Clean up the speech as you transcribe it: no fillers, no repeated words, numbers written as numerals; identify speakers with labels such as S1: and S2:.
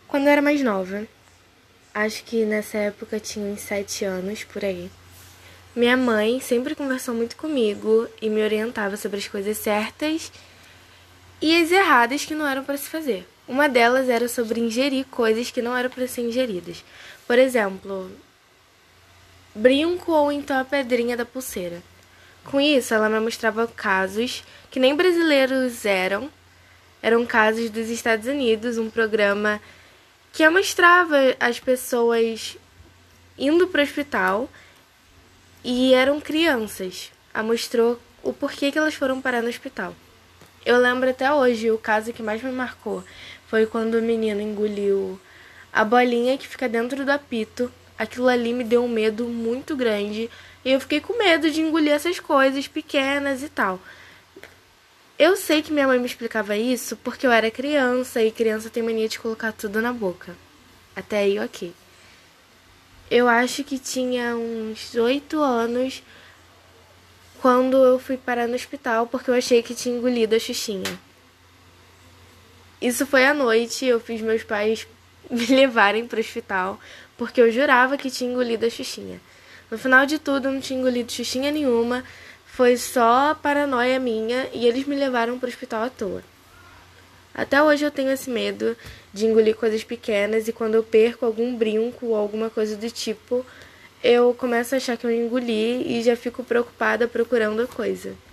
S1: Quando eu era mais nova, acho que nessa época eu tinha uns 7 anos, por aí. Minha mãe sempre conversou muito comigo e me orientava sobre as coisas certas e as erradas que não eram para se fazer. Uma delas era sobre ingerir coisas que não eram para ser ingeridas. Por exemplo, brinco ou então a pedrinha da pulseira. Com isso, ela me mostrava casos que nem brasileiros eram casos dos Estados Unidos, um programa que mostrava as pessoas indo para o hospital e eram crianças. Ela mostrou o porquê que elas foram parar no hospital. Eu lembro até hoje, o caso que mais me marcou foi quando o menino engoliu a bolinha que fica dentro do apito. Aquilo ali me deu um medo muito grande e eu fiquei com medo de engolir essas coisas pequenas e tal. Eu sei que minha mãe me explicava isso porque eu era criança e criança tem mania de colocar tudo na boca. Até aí, ok. Eu acho que tinha uns 8 anos quando eu fui parar no hospital porque eu achei que tinha engolido a xuxinha. Isso foi à noite, eu fiz meus pais me levarem para o hospital porque eu jurava que tinha engolido a xuxinha. No final de tudo, eu não tinha engolido xuxinha nenhuma, foi só paranoia minha e eles me levaram para o hospital à toa. Até hoje eu tenho esse medo de engolir coisas pequenas e quando eu perco algum brinco ou alguma coisa do tipo, eu começo a achar que eu engoli e já fico preocupada procurando a coisa.